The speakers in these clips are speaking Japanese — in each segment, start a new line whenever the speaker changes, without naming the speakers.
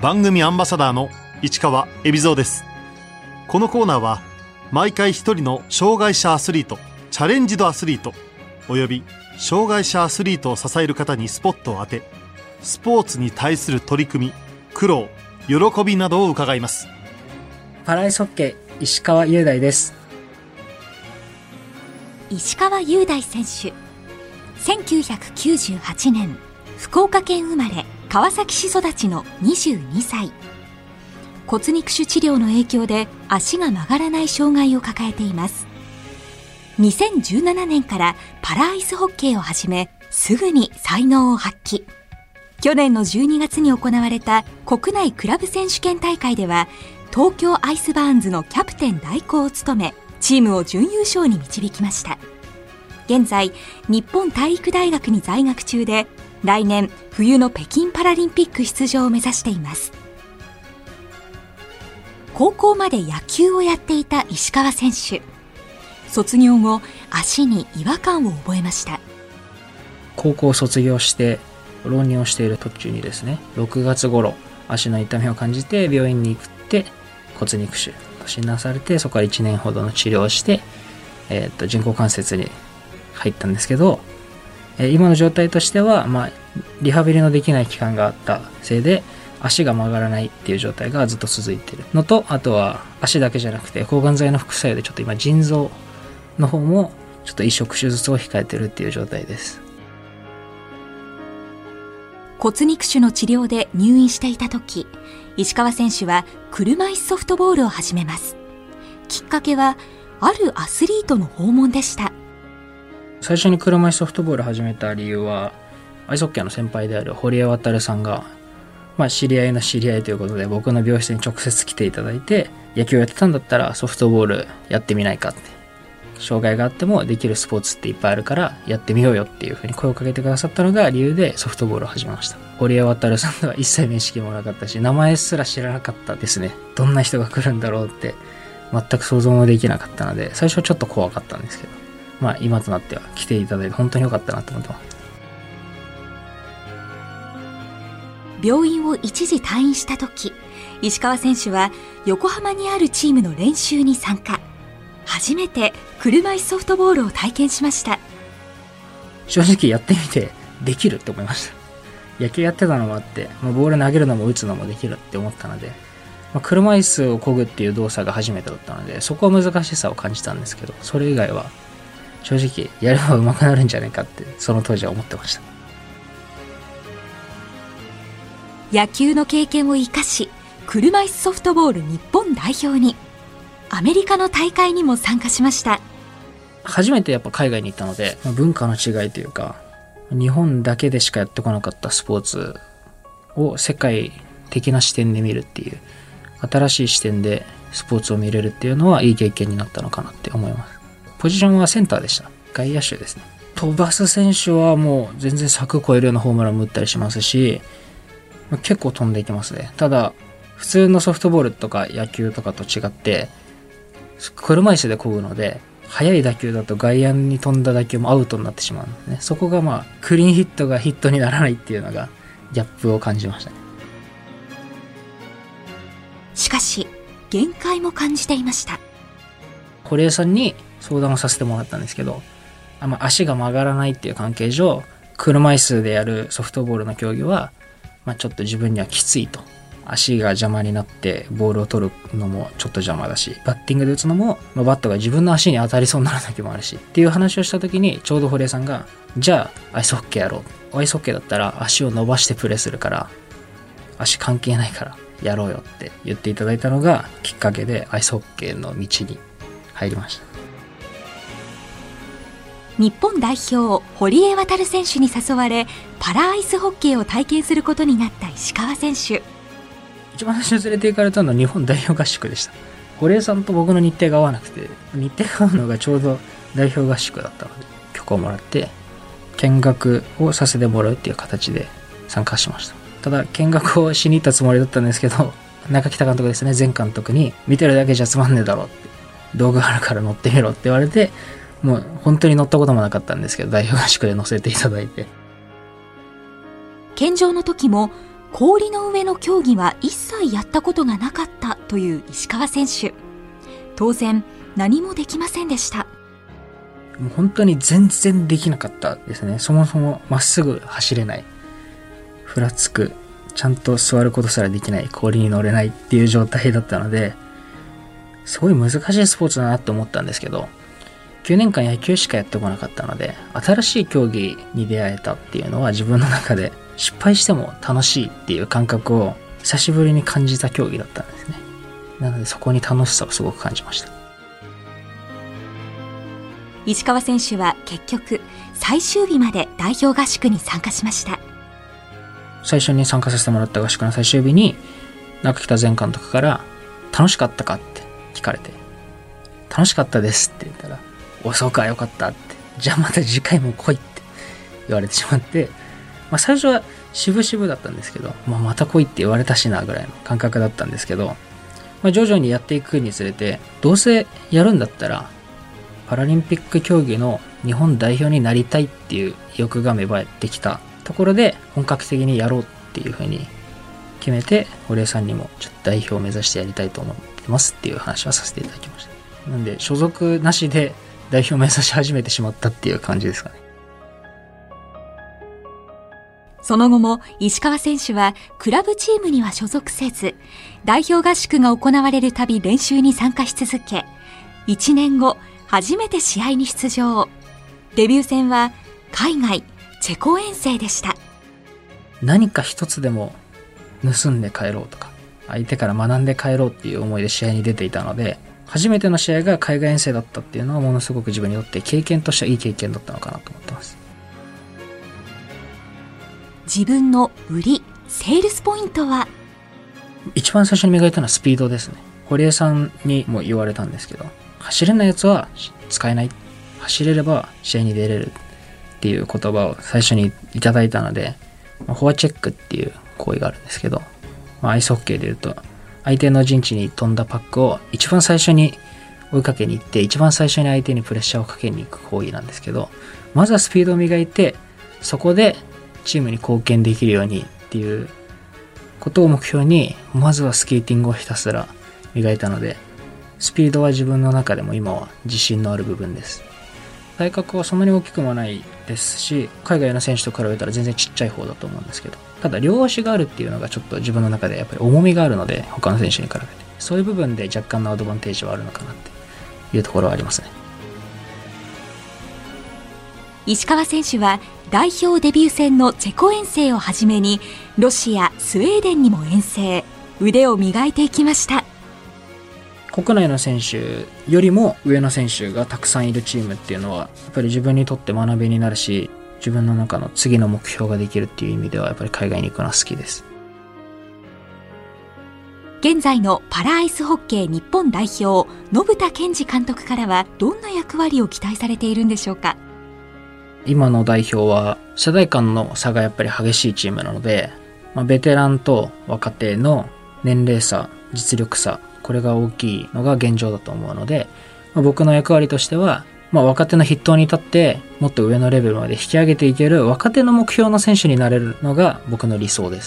番組アンバサダーの市川海老蔵です。このコーナーは毎回一人の障害者アスリート、チャレンジドアスリートおよび障害者アスリートを支える方にスポットを当て、スポーツに対する取り組み、苦労、喜びなどを伺います。
パラアイスホッケー石川雄大です。
石川雄大選手、1998年福岡県生まれ川崎市育ちの22歳。骨肉腫治療の影響で足が曲がらない障害を抱えています。2017年からパラアイスホッケーを始め、すぐに才能を発揮。去年の12月に行われた国内クラブ選手権大会では東京アイスバーンズのキャプテン代行を務め、チームを準優勝に導きました。現在日本体育大学に在学中で、来年冬の北京パラリンピック出場を目指しています。高校まで野球をやっていた石川選手、卒業後足に違和感を覚えました。
高校を卒業して浪人をしている途中にですね、6月頃足の痛みを感じて病院に行って骨肉腫と診断されて、そこから1年ほどの治療をして、人工関節に入ったんですけど、今の状態としては、リハビリのできない期間があったせいで足が曲がらないっていう状態がずっと続いているのと、あとは足だけじゃなくて抗がん剤の副作用でちょっと今腎臓の方もちょっと移植手術を控えてるっていう状態です。
骨肉腫の治療で入院していた時、石川選手は車椅子ソフトボールを始めます。きっかけはあるアスリートの訪問でした。
最初に車椅子ソフトボールを始めた理由は、アイスホッケーの先輩である堀江航さんが、知り合いの知り合いということで僕の病室に直接来ていただいて、野球をやってたんだったらソフトボールやってみないかって、障害があってもできるスポーツっていっぱいあるからやってみようよっていうふうに声をかけてくださったのが理由でソフトボールを始めました。堀江航さんとは一切面識もなかったし、名前すら知らなかったですね。どんな人が来るんだろうって全く想像もできなかったので、最初はちょっと怖かったんですけど、今となっては来ていただいて本当に良かったなと思ってます。
病院を一時退院した時、石川選手は横浜にあるチームの練習に参加。初めて車椅子ソフトボールを体験しました。
正直やってみてできるって思いました。野球やってたのもあって、ボール投げるのも打つのもできるって思ったので、車椅子を漕ぐっていう動作が初めてだったので、そこは難しさを感じたんですけど、それ以外は正直やれば上手くなるんじゃないかってその当時は思ってました。
野球の経験を生かし、車椅子ソフトボール日本代表に。アメリカの大会にも参加しました。
初めてやっぱ海外に行ったので、文化の違いというか、日本だけでしかやってこなかったスポーツを世界的な視点で見るっていう、新しい視点でスポーツを見れるっていうのはいい経験になったのかなって思います。ポジションはセンターでした。外野手ですね。飛ばす選手はもう全然柵越えるようなホームランも打ったりしますし、結構飛んでいきますね。ただ普通のソフトボールとか野球とかと違って、車椅子で漕ぐので、速い打球だと外野に飛んだ打球もアウトになってしまうんですね。そこがクリーンヒットがヒットにならないっていうのがギャップを感じましたね。
しかし限界も感じていました。
堀江さんに相談をさせてもらったんですけど、足が曲がらないっていう関係上、車椅子でやるソフトボールの競技は、ちょっと自分にはきついと。足が邪魔になってボールを取るのもちょっと邪魔だし、バッティングで打つのも、バットが自分の足に当たりそうになる時もあるしっていう話をした時に、ちょうど堀江さんが、じゃあアイスホッケーやろう、アイスホッケーだったら足を伸ばしてプレーするから足関係ないからやろうよって言っていただいたのがきっかけで、アイスホッケーの道に入りました。
日本代表堀江航選手に誘われ、パラアイスホッケーを体験することになった石川選手。
一番最初に連れて行かれたのは日本代表合宿でした。堀江さんと僕の日程が合わなくて、日程が合うのがちょうど代表合宿だったので、許可をもらって見学をさせてもらうっていう形で参加しました。ただ見学をしに行ったつもりだったんですけど、中北監督ですね、前監督に、見てるだけじゃつまんねえだろって、道具あるから乗ってみろって言われて、もう本当に乗ったこともなかったんですけど、代表合宿で乗せていただいて。
健常の時も氷の上の競技は一切やったことがなかったという石川選手。当然何もできませんでした。
もう本当に全然できなかったですね。そもそもまっすぐ走れない、ふらつく、ちゃんと座ることすらできない、氷に乗れないっていう状態だったので、すごい難しいスポーツだなと思ったんですけど、9年間野球しかやってこなかったので、新しい競技に出会えたっていうのは自分の中で失敗しても楽しいっていう感覚を久しぶりに感じた競技だったんですね。なのでそこに楽しさをすごく感じました。
石川選手は結局最終日まで代表合宿に参加しました。
最初に参加させてもらった合宿の最終日に中北前監督から楽しかったかって聞かれて、楽しかったですって言ったら、お、そうか、よかったって、じゃあまた次回も来いって言われてしまって、最初は渋々だったんですけど、また来いって言われたしなぐらいの感覚だったんですけど、徐々にやっていくにつれて、どうせやるんだったらパラリンピック競技の日本代表になりたいっていう意欲が芽生えてきたところで、本格的にやろうっていうふうに決めて、堀江さんにもちょっと代表を目指してやりたいと思ってますっていう話はさせていただきました。なんで所属なしで代表を目指し始めてしまったっていう感じですかね。
その後も石川選手はクラブチームには所属せず、代表合宿が行われるたび練習に参加し続け、1年後初めて試合に出場。デビュー戦は海外チェコ遠征でした。
何か一つでも盗んで帰ろうとか、相手から学んで帰ろうっていう思いで試合に出ていたので、初めての試合が海外遠征だったっていうのはものすごく自分にとって経験としてはいい経験だったのかなと思ってます。
自分の売り、セールスポイントは？
一番最初に磨いたのはスピードですね。堀江さんにも言われたんですけど、走れないやつは使えない、走れれば試合に出れるっていう言葉を最初にいただいたので、フォアチェックっていう行為があるんですけど、アイスホッケーでいうと相手の陣地に飛んだパックを一番最初に追いかけに行って、一番最初に相手にプレッシャーをかけに行く行為なんですけど、まずはスピードを磨いて、そこでチームに貢献できるようにっていうことを目標に、まずはスケーティングをひたすら磨いたので、スピードは自分の中でも今は自信のある部分です。体格はそんなに大きくもないですし、海外の選手と比べたら全然ちっちゃい方だと思うんですけど、ただ両足があるっていうのがちょっと自分の中でやっぱり重みがあるので、他の選手に比べてそういう部分で若干のアドバンテージはあるのかなっていうところはありますね。
石川選手は代表デビュー戦のチェコ遠征をはじめに、ロシア、スウェーデンにも遠征、腕を磨いていきました。
国内の選手よりも上の選手がたくさんいるチームっていうのはやっぱり自分にとって学びになるし、自分の中の次の目標ができるっていう意味ではやっぱり海外に行くのは好きです。
現在のパラアイスホッケー日本代表、信田健二監督からはどんな役割を期待されているんでしょうか。
今の代表は世代間の差がやっぱり激しいチームなので、ベテランと若手の年齢差、実力差、これが大きいのが現状だと思うので、僕の役割としては、若手の筆頭に立ってもっと上のレベルまで引き上げていける若手の目標の選手になれるのが僕の理想です。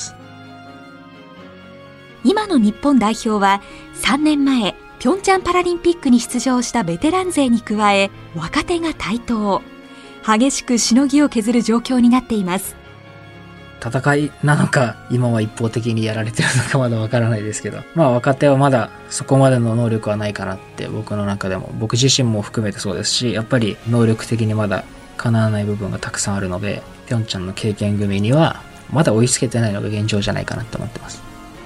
今の日本代表は3年前ピョンチャンパラリンピックに出場したベテラン勢に加え、若手が台頭、激しくしのぎを削る状況になっています。
戦いなのか、今は一方的にやられてるのかまだわからないですけど、若手はまだそこまでの能力はないかなって僕の中でも、僕自身も含めてそうですし、やっぱり能力的にまだかなわない部分がたくさんあるので、ピョンチャンの経験組にはまだ追いつけてないのが現状じゃないかなと思ってます。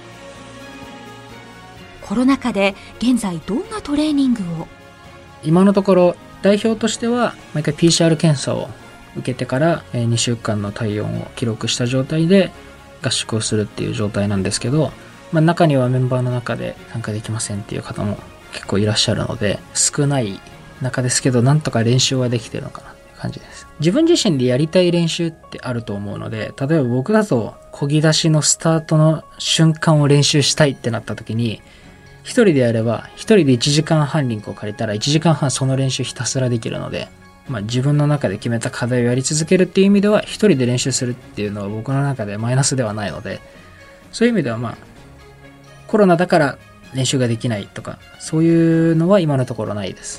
コロナ禍で現在どんなトレーニングを？
今のところ代表としては毎回 PCR 検査を受けてから2週間の体温を記録した状態で合宿をするっていう状態なんですけど、中にはメンバーの中で参加できませんっていう方も結構いらっしゃるので、少ない中ですけどなんとか練習はできてるのかなって感じです。自分自身でやりたい練習ってあると思うので、例えば僕だと漕ぎ出しのスタートの瞬間を練習したいってなった時に、一人でやれば一人で1時間半リンクを借りたら1時間半その練習ひたすらできるので、自分の中で決めた課題をやり続けるっていう意味では一人で練習するっていうのは僕の中でマイナスではないので、 そういう意味ではコロナだから練習ができないとか、そういうのは今のところないです。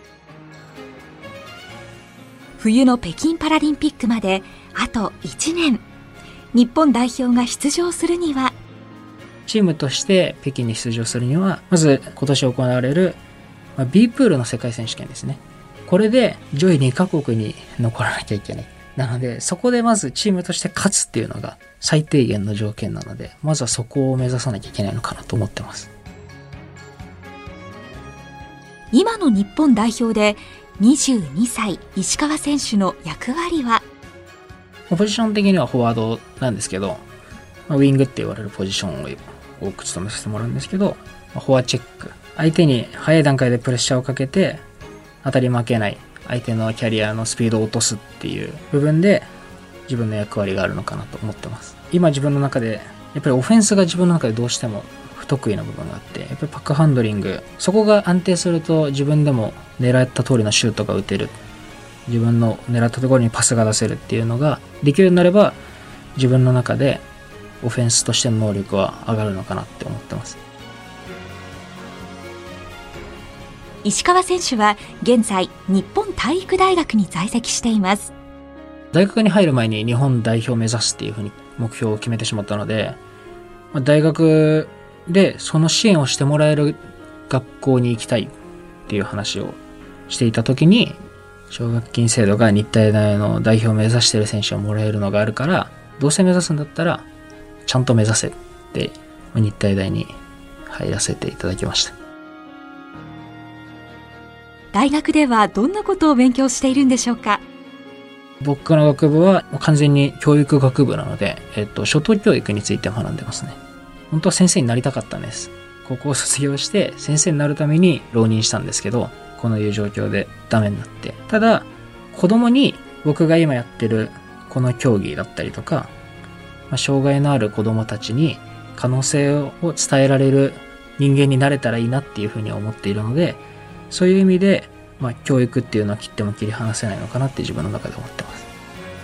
冬の北京パラリンピックまであと1年。日本代表が出場するには、
チームとして北京に出場するには、まず今年行われる B プールの世界選手権ですね。これで上位2カ国に残らなきゃいけない。なので、そこでまずチームとして勝つっていうのが最低限の条件なので、まずはそこを目指さなきゃいけないのかなと思ってます。
今の日本代表で22歳石川選手の役割は？
ポジション的にはフォワードなんですけど、ウィングって言われるポジションを多く務めさせてもらうんですけど、フォアチェック、相手に早い段階でプレッシャーをかけて当たり負けない、相手のキャリアのスピードを落とすっていう部分で自分の役割があるのかなと思ってます。今自分の中でやっぱりオフェンスが自分の中でどうしても不得意な部分があって、やっぱりパックハンドリング、そこが安定すると自分でも狙った通りのシュートが打てる、自分の狙ったところにパスが出せるっていうのができるようになれば、自分の中でオフェンスとしての能力は上がるのかなって思ってます。
石川選手は現在日本体育大学に在籍しています。
大学に入る前に日本代表を目指すっていうふうに目標を決めてしまったので、大学でその支援をしてもらえる学校に行きたいっていう話をしていた時に、奨学金制度が日体大の代表を目指している選手をもらえるのがあるから、どうせ目指すんだったらちゃんと目指せって日体大に入らせていただきました。
大学ではどんなことを勉強しているんでしょうか？
僕の学部は完全に教育学部なので、初等教育について学んでますね。本当は先生になりたかったんです。高校を卒業して先生になるために浪人したんですけど、このいう状況でダメになって。ただ、子供に僕が今やってるこの競技だったりとか、障害のある子供たちに可能性を伝えられる人間になれたらいいなっていうふうに思っているので、そういう意味で、教育っていうのは切っても切り離せないのかなって自分の中で思ってます。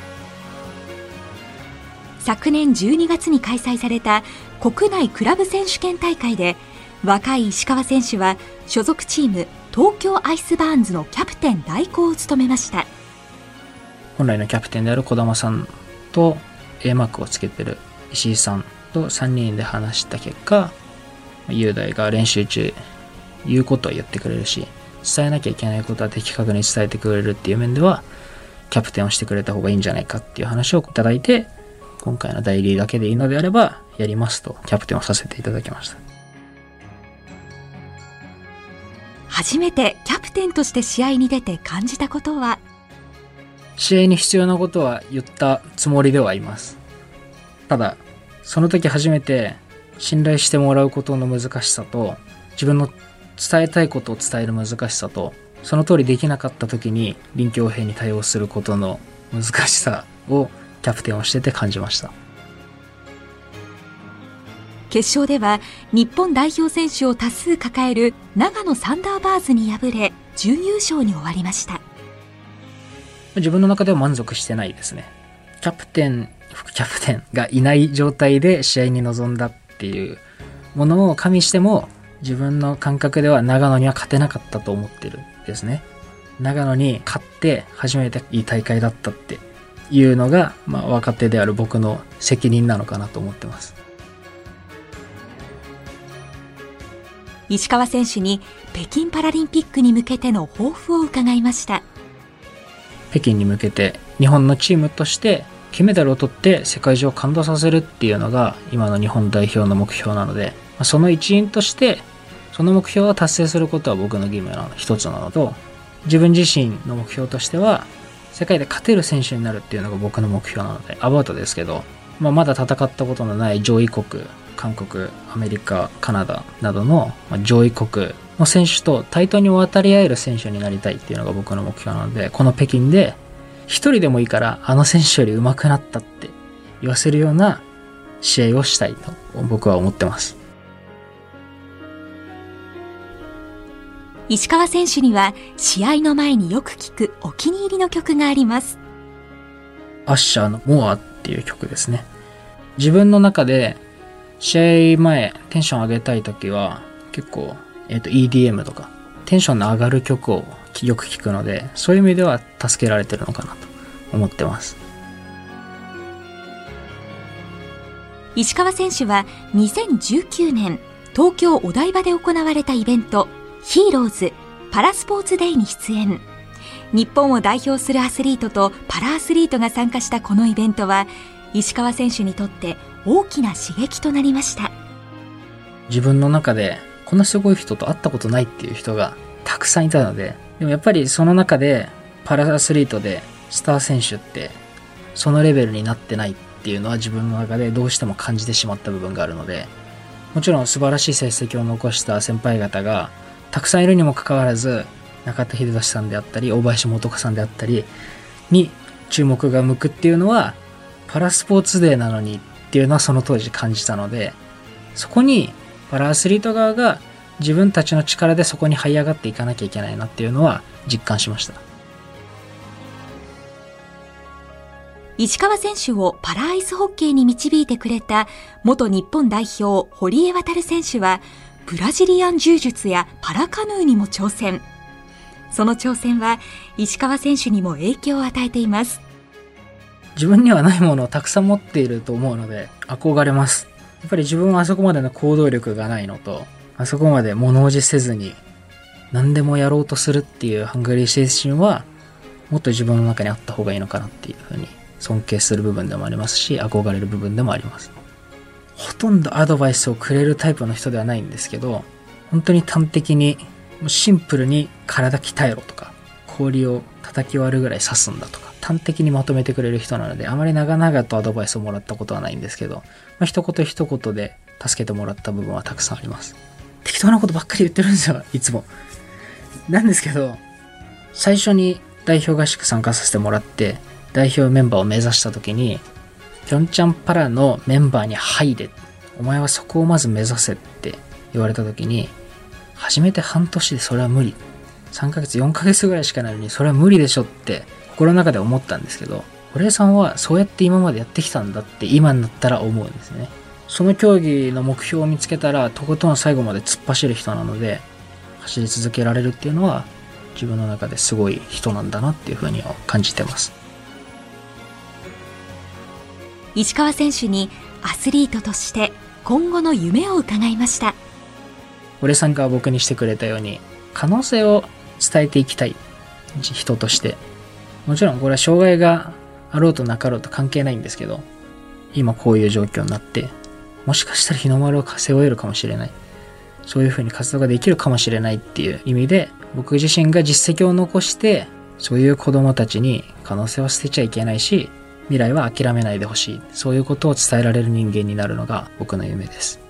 昨年12月に開催された国内クラブ選手権大会で、若い石川選手は所属チーム東京アイスバーンズのキャプテン代行を務めました。
本来のキャプテンである児玉さんと A マークをつけてる石井さんと3人で話した結果、雄大が練習中言うことは言ってくれるし、伝えなきゃいけないことは的確に伝えてくれるっていう面では、キャプテンをしてくれた方がいいんじゃないかっていう話をいただいて、今回の代理だけでいいのであればやりますとキャプテンをさせていただきました。
初めてキャプテンとして試合に出て感じたことは？
試合に必要なことは言ったつもりではいます。ただ、その時初めて信頼してもらうことの難しさと、自分の伝えたいことを伝える難しさと、その通りできなかった時に臨機応変に対応することの難しさをキャプテンをしてて感じました。
決勝では日本代表選手を多数抱える長野サンダーバーズに敗れ、準優勝に終わりました。
自分の中では満足してないですね。キャプテン、副キャプテンがいない状態で試合に臨んだっていうものを加味しても、自分の感覚では長野には勝てなかったと思ってるんですね。長野に勝って初めていい大会だったっていうのが、若手である僕の責任なのかなと思ってます。
石川選手に北京パラリンピックに向けての抱負を伺いました。
北京に向けて日本のチームとして金メダルを取って世界中を感動させるっていうのが今の日本代表の目標なので、その一員としてその目標を達成することは僕の義務の一つなのと、自分自身の目標としては世界で勝てる選手になるっていうのが僕の目標なので、アバウトですけど、まだ戦ったことのない上位国、韓国、アメリカ、カナダなどの上位国の選手と対等に渡り合える選手になりたいっていうのが僕の目標なので、この北京で一人でもいいからあの選手より上手くなったって言わせるような試合をしたいと僕は思ってます。
石川選手には試合の前によく聴くお気に入りの曲があります。
アッシャーのモアっていう曲ですね。自分の中で試合前テンション上げたい時は結構、EDM とかテンションの上がる曲をよく聞くので、そういう意味では助けられてるのかなと思ってます。
石川選手は2019年東京お台場で行われたイベントヒーローズパラスポーツデーに出演。日本を代表するアスリートとパラアスリートが参加したこのイベントは石川選手にとって大きな刺激となりました。
自分の中でこんなすごい人と会ったことないっていう人がたくさんいたので、でもやっぱりその中でパラアスリートでスター選手ってそのレベルになってないっていうのは自分の中でどうしても感じてしまった部分があるので、もちろん素晴らしい成績を残した先輩方がたくさんいるにもかかわらず、中田秀俊さんであったり大林素子さんであったりに注目が向くっていうのはパラスポーツデーなのにっていうのはその当時感じたので、そこにパラアスリート側が自分たちの力でそこに這い上がっていかなきゃいけないなっていうのは実感しました。
石川選手をパラアイスホッケーに導いてくれた元日本代表堀江航選手はブラジリアン柔術やパラカヌーにも挑戦。その挑戦は石川選手にも影響を与えています。
自分にはないものをたくさん持っていると思うので憧れます。やっぱり自分はあそこまでの行動力がないのと、あそこまで物おじせずに何でもやろうとするっていうハングリー精神はもっと自分の中にあった方がいいのかなっていうふうに尊敬する部分でもありますし、憧れる部分でもあります。ほとんどアドバイスをくれるタイプの人ではないんですけど、本当に端的にシンプルに体鍛えろとか氷を叩き割るぐらい刺すんだとか端的にまとめてくれる人なので、あまり長々とアドバイスをもらったことはないんですけど、一言一言で助けてもらった部分はたくさんあります。適当なことばっかり言ってるんですよ、いつも。なんですけど、最初に代表合宿参加させてもらって代表メンバーを目指した時に、ピョンチャンパラのメンバーに入れ、お前はそこをまず目指せって言われた時に、初めて半年でそれは無理、3ヶ月4ヶ月ぐらいしかないのにそれは無理でしょって心の中で思ったんですけど、堀江さんはそうやって今までやってきたんだって今になったら思うんですね。その競技の目標を見つけたらとことん最後まで突っ走る人なので、走り続けられるっていうのは自分の中ですごい人なんだなっていうふうには感じてます。
石川選手にアスリートとして今後の夢を伺いました。
堀江さんが僕にしてくれたように可能性を伝えていきたい人として、もちろんこれは障害があろうとなかろうと関係ないんですけど、今こういう状況になってもしかしたら日の丸を背負えるかもしれない、そういうふうに活動ができるかもしれないっていう意味で、僕自身が実績を残してそういう子供たちに可能性は捨てちゃいけないし、未来は諦めないでほしい、そういうことを伝えられる人間になるのが僕の夢です。